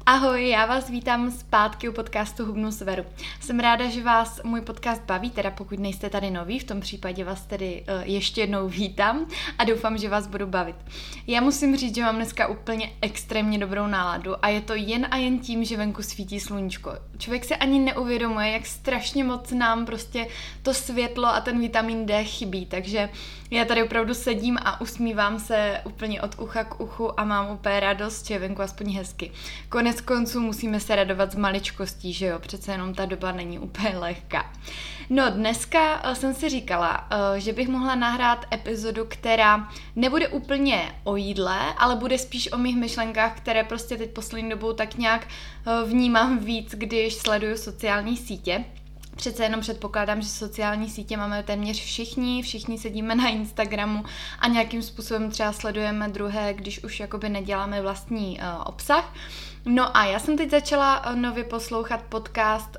Ahoj, já vás vítám zpátky u podcastu Hubnu Severu. Jsem ráda, že vás můj podcast baví, teda pokud nejste tady noví, v tom případě vás tedy ještě jednou vítám a doufám, že vás budu bavit. Já musím říct, že mám dneska úplně extrémně dobrou náladu a je to jen a jen tím, že venku svítí sluníčko. Člověk se ani neuvědomuje, jak strašně moc nám prostě to světlo a ten vitamin D chybí, takže já tady opravdu sedím a usmívám se úplně od ucha k uchu a mám úplně radost, že je venku aspoň hezky. Konec konců musíme se radovat z maličkostí, že jo, přece jenom ta doba není úplně lehká. No dneska jsem si říkala, že bych mohla nahrát epizodu, která nebude úplně o jídle, ale bude spíš o mých myšlenkách, které prostě teď poslední dobou tak nějak vnímám víc, když sleduju sociální sítě. Přece jenom předpokládám, že sociální sítě máme téměř všichni sedíme na Instagramu a nějakým způsobem třeba sledujeme druhé, když už jakoby neděláme vlastní obsah. No a já jsem teď začala nově poslouchat podcast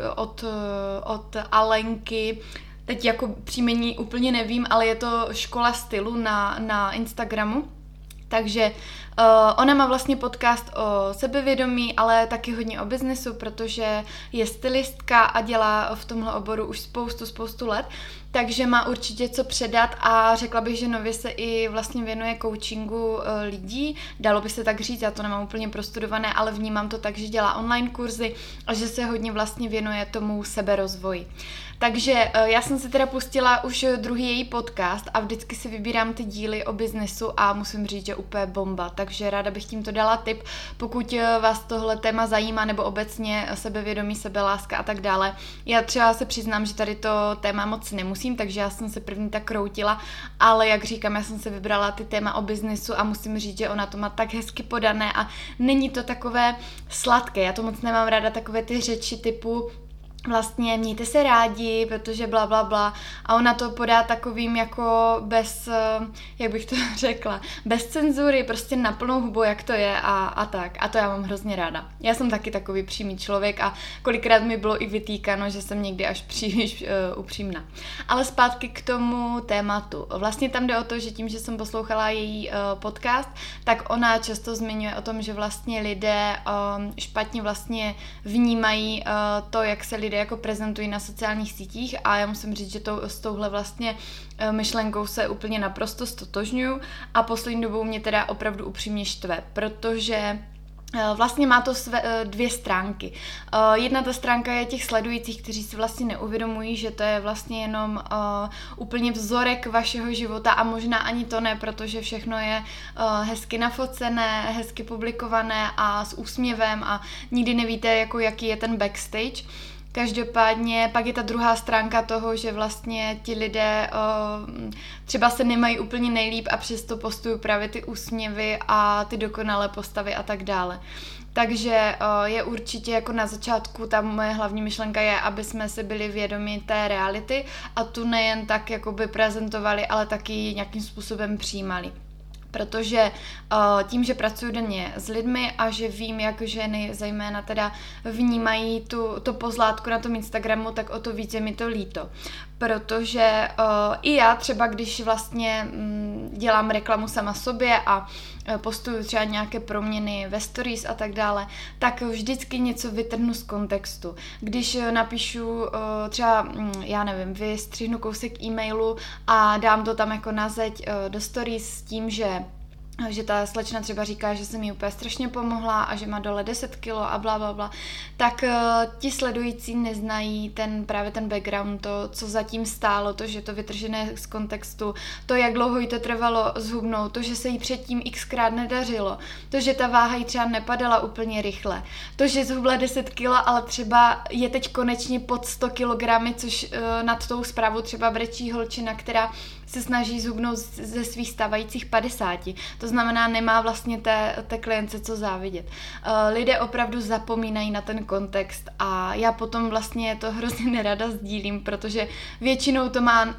od Alenky, teď jako příjmení úplně nevím, ale je to Škola stylu na Instagramu. Takže ona má vlastně podcast o sebevědomí, ale taky hodně o biznesu, protože je stylistka a dělá v tomhle oboru už spoustu let, takže má určitě co předat a řekla bych, že nově se i vlastně věnuje coachingu lidí, dalo by se tak říct, já to nemám úplně prostudované, ale vnímám to tak, že dělá online kurzy a že se hodně vlastně věnuje tomu seberozvoji. Takže já jsem si teda pustila už druhý její podcast a vždycky si vybírám ty díly o biznesu a musím říct, že úplně bomba, takže ráda bych tímto dala tip, pokud vás tohle téma zajímá nebo obecně sebevědomí, sebeláska a tak dále. Já třeba se přiznám, že tady to téma moc nemusím, takže já jsem se první tak kroutila, ale jak říkám, já jsem se vybrala ty téma o biznesu a musím říct, že ona to má tak hezky podané a není to takové sladké, já to moc nemám ráda, takové ty řeči typu vlastně mějte se rádi, protože bla bla bla a ona to podá takovým jako bez, jak bych to řekla, bez cenzury, prostě na plnou hubu, jak to je a tak. A to já mám hrozně ráda. Já jsem taky takový přímý člověk a kolikrát mi bylo i vytýkáno, že jsem někdy až příliš upřímná. Ale zpátky k tomu tématu. Vlastně tam jde o to, že tím, že jsem poslouchala její podcast, tak ona často zmiňuje o tom, že vlastně lidé špatně vlastně vnímají to, jak se lidé jako prezentují na sociálních sítích a já musím říct, že s touhle vlastně myšlenkou se úplně naprosto stotožňuju a poslední dobou mě teda opravdu upřímně štve, protože vlastně má to dvě stránky. Jedna ta stránka je těch sledujících, kteří si vlastně neuvědomují, že to je vlastně jenom úplně vzorek vašeho života a možná ani to ne, protože všechno je hezky nafocené, hezky publikované a s úsměvem a nikdy nevíte, jako jaký je ten backstage. Každopádně pak je ta druhá stránka toho, že vlastně ti lidé třeba se nemají úplně nejlíp a přesto postují právě ty úsměvy a ty dokonalé postavy a tak dále. Takže je určitě jako na začátku, ta moje hlavní myšlenka je, aby jsme si byli vědomi té reality a tu nejen tak jakoby prezentovali, ale taky nějakým způsobem přijímali. Protože tím, že pracuji denně s lidmi a že vím, jak ženy zejména teda vnímají to pozlátko na tom Instagramu, tak o to víc je mi to líto. Protože i já třeba, když vlastně dělám reklamu sama sobě a postuju třeba nějaké proměny ve stories a tak dále, tak vždycky něco vytrhnu z kontextu. Když napíšu třeba, já nevím, vystřihnu kousek e-mailu a dám to tam jako na zeď do stories s tím, že ta slečna třeba říká, že se mi úplně strašně pomohla a že má dole 10 kilo a bla bla bla, tak ti sledující neznají právě ten background, to, co zatím stálo, to, že to vytržené z kontextu, to, jak dlouho jí to trvalo zhubnout, to, že se jí předtím xkrát nedařilo, to, že ta váha jí třeba nepadala úplně rychle, to, že zhubla 10 kilo, ale třeba je teď konečně pod 100 kilogramy, což nad tou zprávou třeba brečí holčina, která se snaží zhubnout ze svých stávajících 50. To znamená, nemá vlastně té klience co závidět. Lidé opravdu zapomínají na ten kontext a já potom vlastně to hrozně nerada sdílím, protože většinou to má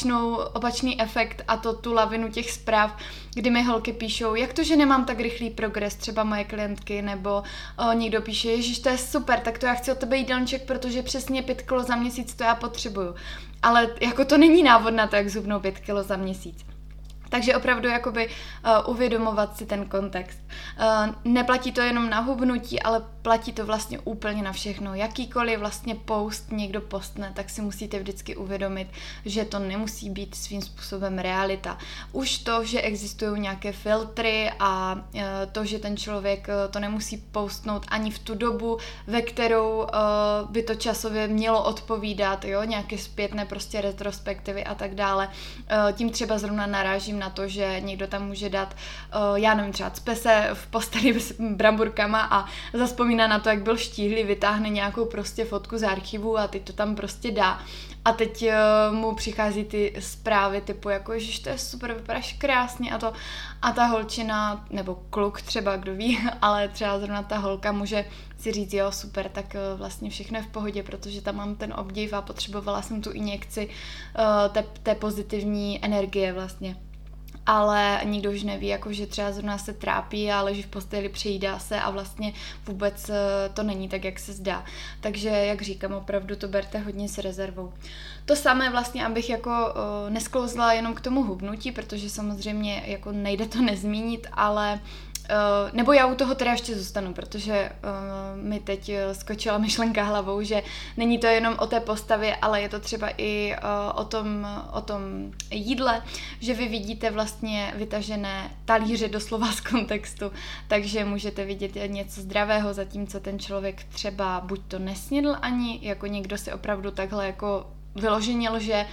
opačný efekt a to tu lavinu těch zpráv, kdy mi holky píšou, jak to, že nemám tak rychlý progres, třeba moje klientky, nebo někdo píše, ježiš, to je super, tak to já chci od tebe jídelníček, protože přesně 5 kilo za měsíc to já potřebuju. Ale jako to není návod na to, jak zhubnout 5 kilo za měsíc. Takže opravdu jakoby uvědomovat si ten kontext. Neplatí to jenom na hubnutí, ale platí to vlastně úplně na všechno. Jakýkoliv vlastně post někdo postne, tak si musíte vždycky uvědomit, že to nemusí být svým způsobem realita. Už to, že existují nějaké filtry a to, že ten člověk to nemusí postnout ani v tu dobu, ve kterou by to časově mělo odpovídat, jo, nějaké zpětné prostě retrospektivy a tak dále. Tím třeba zrovna narážím na to, že někdo tam může dát, já nevím, třeba cpe se v posteli s bramburkama a zazpomíná na to, jak byl štíhlý, vytáhne nějakou prostě fotku z archivu a teď to tam prostě dá. A teď mu přichází ty zprávy typu jako, ježiš, to je super, vypadáš krásně a ta holčina, nebo kluk třeba, kdo ví, ale třeba zrovna ta holka může si říct, jo, super, tak vlastně všechno je v pohodě, protože tam mám ten obdiv a potřebovala jsem tu injekci té pozitivní energie vlastně. Ale nikdo už neví, jako že třeba zrovna se trápí a leží v posteli, přejídá se a vlastně vůbec to není tak, jak se zdá. Takže, jak říkám, opravdu to berte hodně s rezervou. To samé vlastně, abych jako nesklouzla jenom k tomu hubnutí, protože samozřejmě jako nejde to nezmínit, ale nebo já u toho teda ještě zůstanu, protože mi teď skočila myšlenka hlavou, že není to jenom o té postavě, ale je to třeba i o tom jídle, že vy vidíte vlastně vytažené talíře doslova z kontextu, takže můžete vidět něco zdravého, zatímco ten člověk třeba buď to nesnědl ani, jako někdo si opravdu takhle jako vyloženě lže,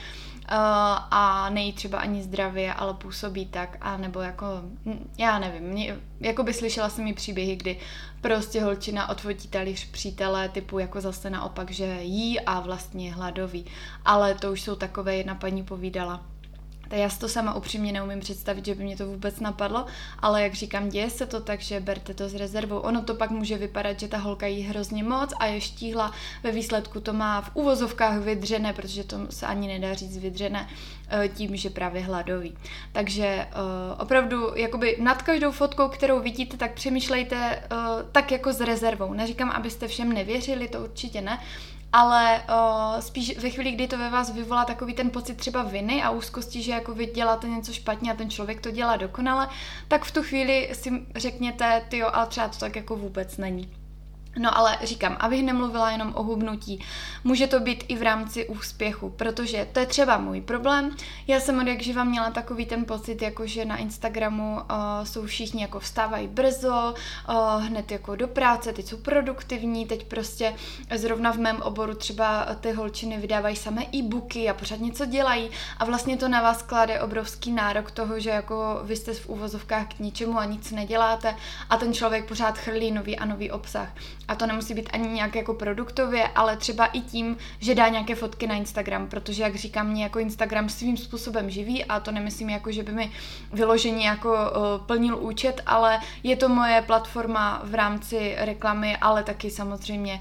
a nejí třeba ani zdravě, ale působí tak, a nebo jako, já nevím, jako by slyšela jsem i příběhy, kdy prostě holčina odfotí talíř přítele, typu jako zase naopak, že jí a vlastně je hladový, ale to už jsou takové, jedna paní povídala. Já si to sama upřímně neumím představit, že by mě to vůbec napadlo, ale jak říkám, děje se to, takže berte to s rezervou. Ono to pak může vypadat, že ta holka jí hrozně moc a je štíhla, ve výsledku to má v uvozovkách vydřené, protože to se ani nedá říct vydřené, tím, že právě hladový. Takže opravdu jakoby nad každou fotkou, kterou vidíte, tak přemýšlejte tak jako s rezervou. Neříkám, abyste všem nevěřili, to určitě ne, ale spíš ve chvíli, kdy to ve vás vyvolá takový ten pocit třeba viny a úzkosti, že jako vy děláte něco špatně a ten člověk to dělá dokonale, tak v tu chvíli si řekněte, tyjo, ale třeba to tak jako vůbec není. No ale říkám, abych nemluvila jenom o hubnutí, může to být i v rámci úspěchu, protože to je třeba můj problém. Já jsem od jak živa měla takový ten pocit, jako že na Instagramu jsou všichni jako vstávají brzo, hned jako do práce, teď jsou produktivní, teď prostě zrovna v mém oboru třeba ty holčiny vydávají samé e-booky a pořád něco dělají a vlastně to na vás klade obrovský nárok toho, že jako vy jste v úvozovkách k ničemu a nic neděláte a ten člověk pořád chrlí nový a nový obsah. A to nemusí být ani nějak jako produktově, ale třeba i tím, že dá nějaké fotky na Instagram, protože jak říkám, mě jako Instagram svým způsobem živí a to nemyslím jako, že by mi vyloženě jako plnil účet, ale je to moje platforma v rámci reklamy, ale taky samozřejmě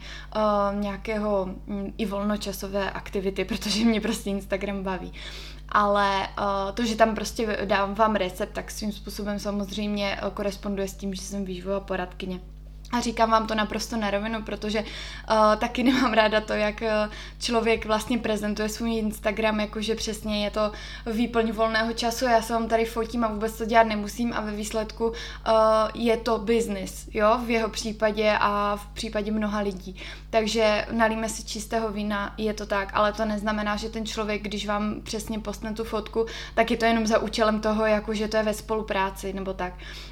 nějakého i volnočasové aktivity, protože mě prostě Instagram baví. Ale to, že tam prostě dám vám recept, tak svým způsobem samozřejmě koresponduje s tím, že jsem výživová poradkyně. A říkám vám to naprosto na rovinu, protože taky nemám ráda to, jak člověk vlastně prezentuje svůj Instagram, jakože přesně je to výplň volného času, já se vám tady fotím a vůbec to dělat nemusím a ve výsledku je to business, jo, v jeho případě a v případě mnoha lidí. Takže nalíme si čistého vína, je to tak, ale to neznamená, že ten člověk, když vám přesně postne tu fotku, tak je to jenom za účelem toho, jakože to je ve spolupráci nebo tak.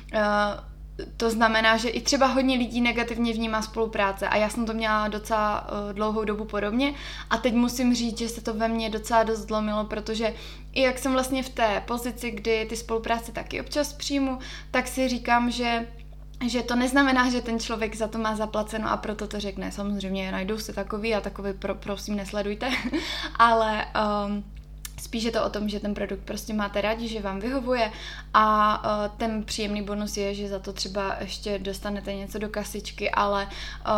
To znamená, že i třeba hodně lidí negativně vnímá spolupráce a já jsem to měla docela dlouhou dobu podobně a teď musím říct, že se to ve mně docela dost zlomilo, protože i jak jsem vlastně v té pozici, kdy ty spolupráce taky občas přijmu, tak si říkám, že to neznamená, že ten člověk za to má zaplaceno a proto to řekne. Samozřejmě najdou se takový a takový prosím nesledujte, ale spíš je to o tom, že ten produkt prostě máte rádi, že vám vyhovuje a ten příjemný bonus je, že za to třeba ještě dostanete něco do kasičky, ale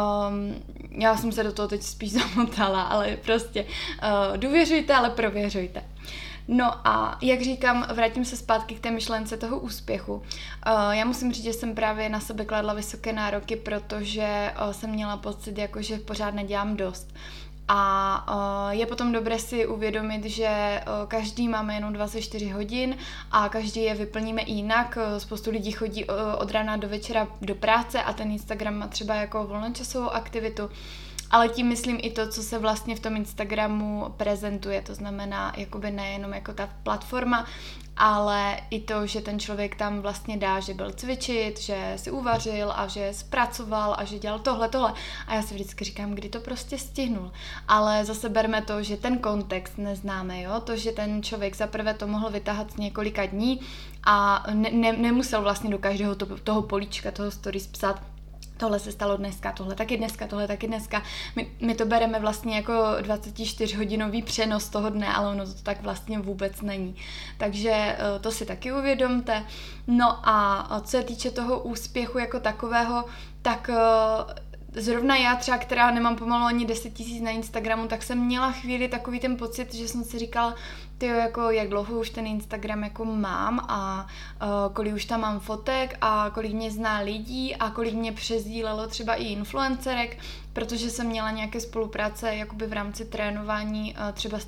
já jsem se do toho teď spíš zamotala, ale prostě důvěřujte, ale prověřujte. No a jak říkám, vrátím se zpátky k té myšlence toho úspěchu. Já musím říct, že jsem právě na sebe kladla vysoké nároky, protože jsem měla pocit, jako, že pořád nedělám dost. A je potom dobré si uvědomit, že každý máme jenom 24 hodin a každý je vyplníme jinak. Spoustu lidí chodí od rána do večera do práce a ten Instagram má třeba jako volnočasovou aktivitu. Ale tím myslím i to, co se vlastně v tom Instagramu prezentuje, to znamená jakoby nejenom jako ta platforma, ale i to, že ten člověk tam vlastně dá, že byl cvičit, že si uvařil a že zpracoval a že dělal tohle. A já si vždycky říkám, kdy to prostě stihnul. Ale zase berme to, že ten kontext neznáme, jo? To, že ten člověk zaprvé to mohl vytáhat z několika dní a nemusel vlastně do každého toho políčka, toho stories psát, tohle se stalo dneska, tohle taky dneska. My to bereme vlastně jako 24-hodinový přenos toho dne, ale ono to tak vlastně vůbec není. Takže to si taky uvědomte. No a co se týče toho úspěchu jako takového, tak zrovna já třeba, která nemám pomalu ani 10 000 na Instagramu, tak jsem měla chvíli takový ten pocit, že jsem si říkala, tyjo, jako jak dlouho už ten Instagram jako mám a kolik už tam mám fotek a kolik mě zná lidí a kolik mě přesdílelo třeba i influencerek, protože jsem měla nějaké spolupráce jakoby v rámci trénování třeba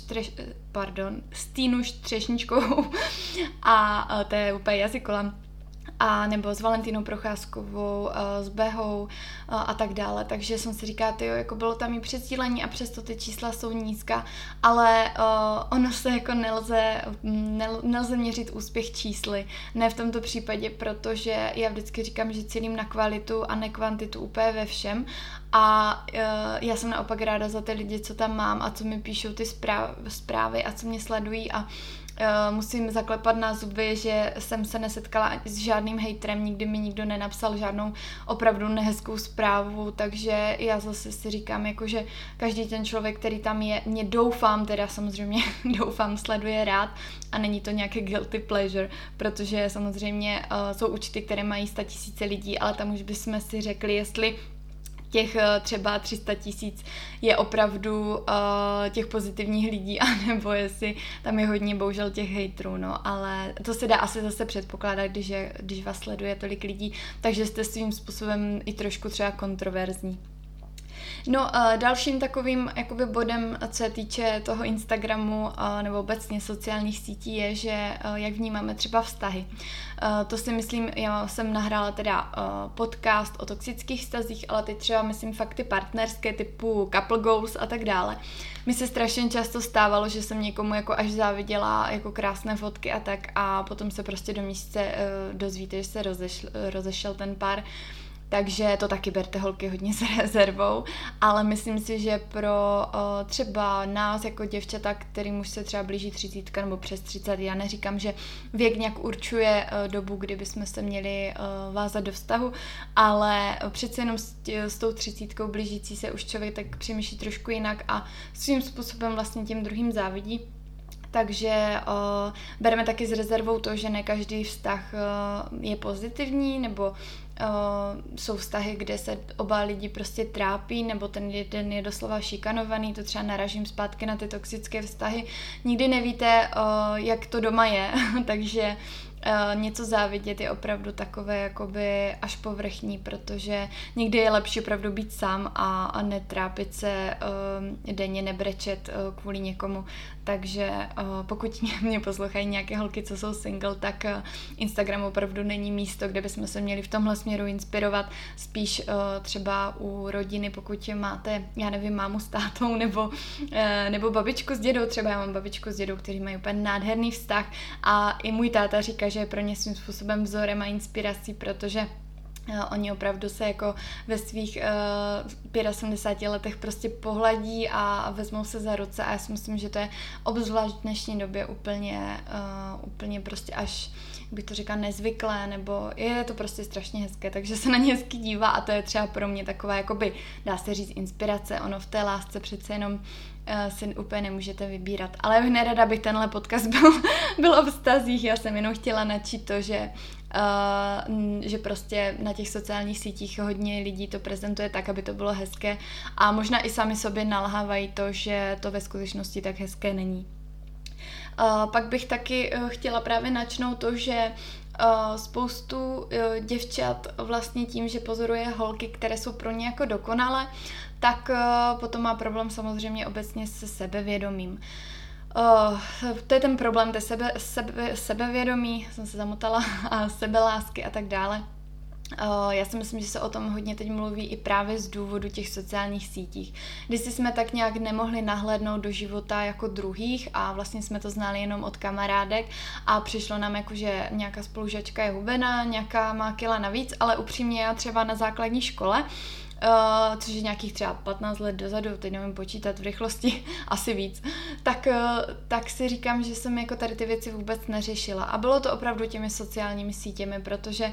s Týnuš Třešničkou a to je úplně jazykolam. A nebo s Valentínou Procházkovou, s Behou a tak dále. Takže jsem si říkala, tyjo, jako bylo tam i přesdílení a přesto ty čísla jsou nízká, ale ono se jako nelze měřit úspěch čísly. Ne v tomto případě, protože já vždycky říkám, že cílím na kvalitu a ne kvantitu úplně ve všem. A já jsem naopak ráda za ty lidi, co tam mám a co mi píšou ty zprávy a co mě sledují a musím zaklepat na zuby, že jsem se nesetkala s žádným hejtrem, nikdy mi nikdo nenapsal žádnou opravdu nehezkou zprávu, takže já zase si říkám, jako, že každý ten člověk, který tam je, mě doufám, sleduje rád a není to nějaké guilty pleasure, protože samozřejmě jsou účty, které mají 100 000 lidí, ale tam už bychom si řekli, jestli těch třeba 300 000 je opravdu těch pozitivních lidí, anebo jestli tam je hodně bohužel těch hejtrů, no, ale to se dá asi zase předpokládat, když vás sleduje tolik lidí, takže jste svým způsobem i trošku třeba kontroverzní. No, dalším takovým jakoby bodem, co se týče toho Instagramu nebo obecně sociálních sítí, je, že jak vnímáme třeba vztahy. To si myslím, já jsem nahrála teda podcast o toxických vztazích, ale teď třeba myslím fakt ty partnerské typu couple goals a tak dále. Mi se strašně často stávalo, že jsem někomu jako až záviděla jako krásné fotky a tak a potom se prostě do měsíce dozvíte, že se rozešel ten pár. Takže to taky berte holky hodně s rezervou, ale myslím si, že pro třeba nás jako děvčata, kterým už se třeba blíží 30 nebo přes 30, já neříkám, že věk nějak určuje dobu, kdy bychom se měli vázat do vztahu, ale přece jenom s tou 30 blížící se už člověk tak přemýšlí trošku jinak a svým způsobem vlastně tím druhým závidí. Takže bereme taky s rezervou to, že ne každý vztah je pozitivní, nebo jsou vztahy, kde se oba lidi prostě trápí, nebo ten jeden je doslova šikanovaný, to třeba naražím zpátky na ty toxické vztahy. Nikdy nevíte, jak to doma je, takže něco závidět je opravdu takové jakoby až povrchní, protože někdy je lepší opravdu být sám a netrápit se denně, nebrečet kvůli někomu. Takže pokud mě poslouchají nějaké holky, co jsou single, tak Instagram opravdu není místo, kde bychom se měli v tomhle směru inspirovat. Spíš třeba u rodiny, pokud máte, já nevím, mámu s tátou nebo babičku s dědou. Třeba já mám babičku s dědou, kteří mají úplně nádherný vztah a i můj táta říká, že je pro ně svým způsobem vzorem a inspirací, protože oni opravdu se jako ve svých 75 letech prostě pohladí a vezmou se za ruce a já si myslím, že to je obzvlášť v dnešní době úplně prostě až, bych to řekla, nezvyklé, nebo je to prostě strašně hezké, takže se na ně hezky dívá a to je třeba pro mě taková, jakoby, dá se říct, inspirace. Ono v té lásce přece jenom si úplně nemůžete vybírat. Ale já bych nerada, abych tenhle podcast byl o vztazích. Já jsem jenom chtěla načít to, že prostě na těch sociálních sítích hodně lidí to prezentuje tak, aby to bylo hezké a možná i sami sobě nalhávají to, že to ve skutečnosti tak hezké není. Pak bych taky chtěla právě načnout to, že spoustu děvčat vlastně tím, že pozoruje holky, které jsou pro ně jako dokonalé, tak potom má problém samozřejmě obecně se sebevědomím. To je ten problém té sebevědomí, jsem se zamotala, a sebelásky a tak dále. Já si myslím, že se o tom hodně teď mluví i právě z důvodu těch sociálních sítích. Když jsme tak nějak nemohli nahlédnout do života jako druhých a vlastně jsme to znali jenom od kamarádek a přišlo nám jako, že nějaká spolužačka je hubená, nějaká má kila navíc, ale upřímně já třeba na základní škole, což je nějakých třeba 15 let dozadu, teď nevím počítat v rychlosti, asi víc, tak si říkám, že jsem jako tady ty věci vůbec neřešila. A bylo to opravdu těmi sociálními sítěmi, protože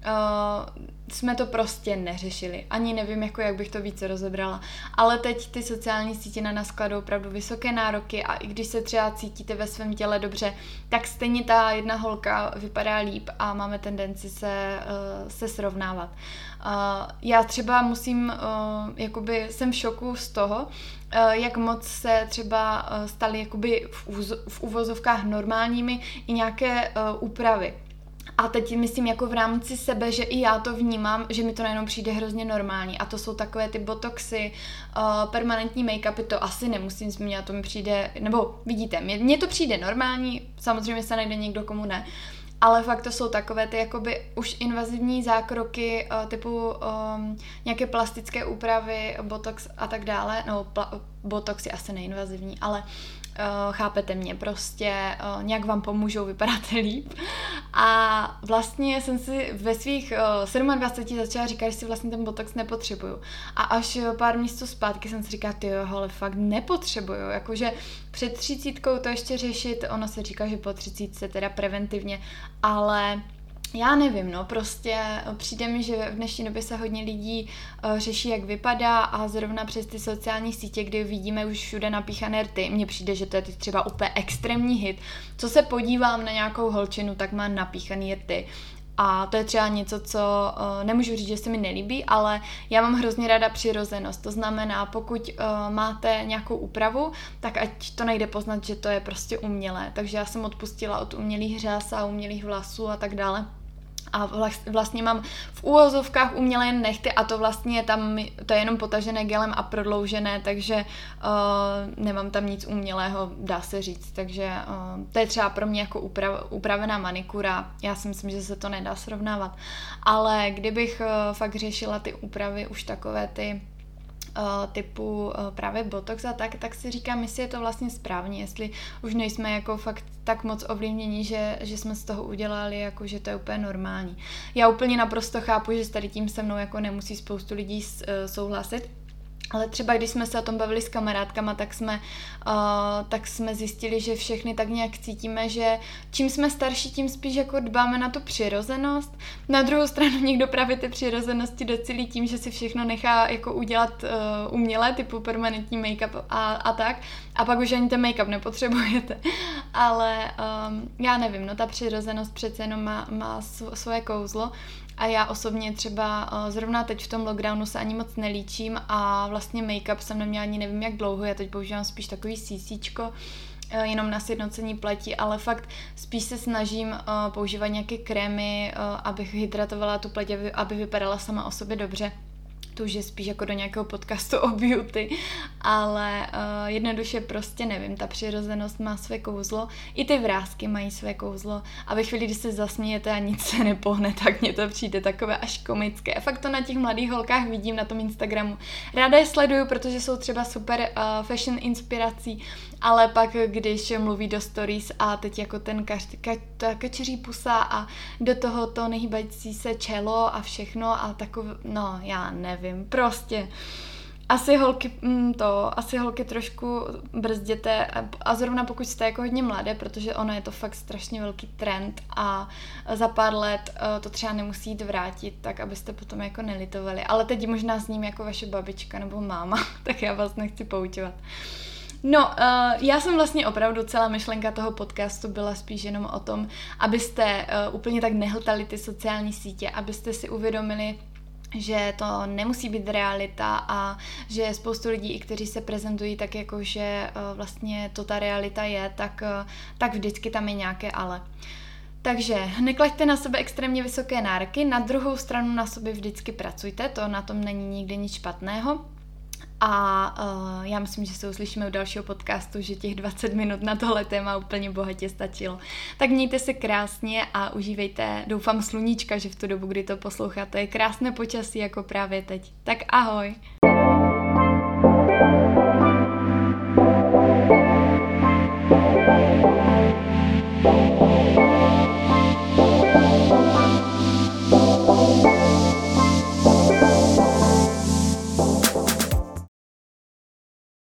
jsme to prostě neřešili. Ani nevím, jak bych to více rozebrala. Ale teď ty sociální sítě na nás kladou opravdu vysoké nároky a i když se třeba cítíte ve svém těle dobře, tak stejně ta jedna holka vypadá líp a máme tendenci se srovnávat. Já třeba musím, jsem v šoku z toho, jak moc se třeba staly jakoby v uvozovkách normálními i nějaké úpravy. A teď myslím jako v rámci sebe, že i já to vnímám, že mi to najednou přijde hrozně normální. A to jsou takové ty botoxy, permanentní make-upy, to asi nemusím zmínit, to mi přijde, nebo vidíte, mně to přijde normální, samozřejmě se najde někdo, komu ne. Ale fakt to jsou takové ty jakoby už invazivní zákroky typu nějaké plastické úpravy, botox a tak dále. No, botox je asi neinvazivní, ale chápete mě, prostě nějak vám pomůžou, vypadáte líp. A vlastně jsem si ve svých 27 začala říkat, že si vlastně ten botox nepotřebuju. A až pár měsíců zpátky jsem si říkala, ale fakt nepotřebuju, jakože před 30 to ještě řešit, ono se říká, že po 30 teda preventivně, ale já nevím, prostě přijde mi, že v dnešní době se hodně lidí řeší, jak vypadá a zrovna přes ty sociální sítě, kdy vidíme už všude napíchané rty, mně přijde, že to je třeba úplně extrémní hit. Co se podívám na nějakou holčinu, tak má napíchaný rty. A to je třeba něco, co nemůžu říct, že se mi nelíbí, ale já mám hrozně ráda přirozenost. To znamená, pokud máte nějakou úpravu, tak ať to nejde poznat, že to je prostě umělé. Takže já jsem odpustila od umělých řas a umělých vlasů a tak dále. A vlastně mám v úvozovkách umělé nehty a to vlastně to je jenom potažené gelem a prodloužené, takže nemám tam nic umělého, dá se říct. Takže to je třeba pro mě jako upravená manikura. Já si myslím, že se to nedá srovnávat. Ale kdybych fakt řešila ty úpravy už takové ty typu právě botox a tak si říkám, jestli je to vlastně správně, jestli už nejsme jako fakt tak moc ovlivnění, že jsme z toho udělali, jako že to je úplně normální. Já úplně naprosto chápu, že s tady tím se mnou jako nemusí spoustu lidí souhlasit, ale třeba když jsme se o tom bavili s kamarádkama, tak jsme zjistili, že všechny tak nějak cítíme, že čím jsme starší, tím spíš jako dbáme na tu přirozenost. Na druhou stranu někdo právě ty přirozenosti docílí tím, že si všechno nechá jako udělat uměle, typu permanentní make-up a tak. A pak už ani ten make-up nepotřebujete. Ale já nevím, ta přirozenost přece jenom má svoje kouzlo. A já osobně třeba zrovna teď v tom lockdownu se ani moc nelíčím a vlastně make-up jsem neměla ani nevím jak dlouho, já teď používám spíš takový CCčko, jenom na sjednocení pleti, ale fakt spíš se snažím používat nějaké krémy, abych hydratovala tu pleť, aby vypadala sama o sobě dobře. To už je spíš jako do nějakého podcastu o beauty, ale jednoduše prostě nevím, ta přirozenost má své kouzlo, i ty vrásky mají své kouzlo a ve chvíli, kdy se zasmějete a nic se nepohne, tak mně to přijde takové až komické. A fakt to na těch mladých holkách vidím na tom Instagramu. Ráda je sleduju, protože jsou třeba super fashion inspirací, ale pak, když mluví do stories a teď jako ta kačeří pusa a do toho to nehýbající se čelo a všechno a takové, já nevím, prostě asi holky trošku brzděte a zrovna pokud jste jako hodně mladé, protože ono je to fakt strašně velký trend a za pár let to třeba nemusí jít vrátit, tak abyste potom jako nelitovali, ale teď možná s ním jako vaše babička nebo máma, tak já vás nechci poučovat. Já jsem vlastně opravdu, celá myšlenka toho podcastu byla spíš jenom o tom, abyste úplně tak nehltali ty sociální sítě, abyste si uvědomili, že to nemusí být realita a že spoustu lidí, i kteří se prezentují tak jako, že vlastně to ta realita je, tak vždycky tam je nějaké ale. Takže neklaďte na sebe extrémně vysoké nároky, na druhou stranu na sobě vždycky pracujte, to na tom není nikdy nic špatného. A já myslím, že se uslyšíme u dalšího podcastu, že těch 20 minut na tohle téma úplně bohatě stačilo. Tak mějte se krásně a užívejte, doufám, sluníčka, že v tu dobu, kdy to posloucháte, je krásné počasí jako právě teď. Tak ahoj!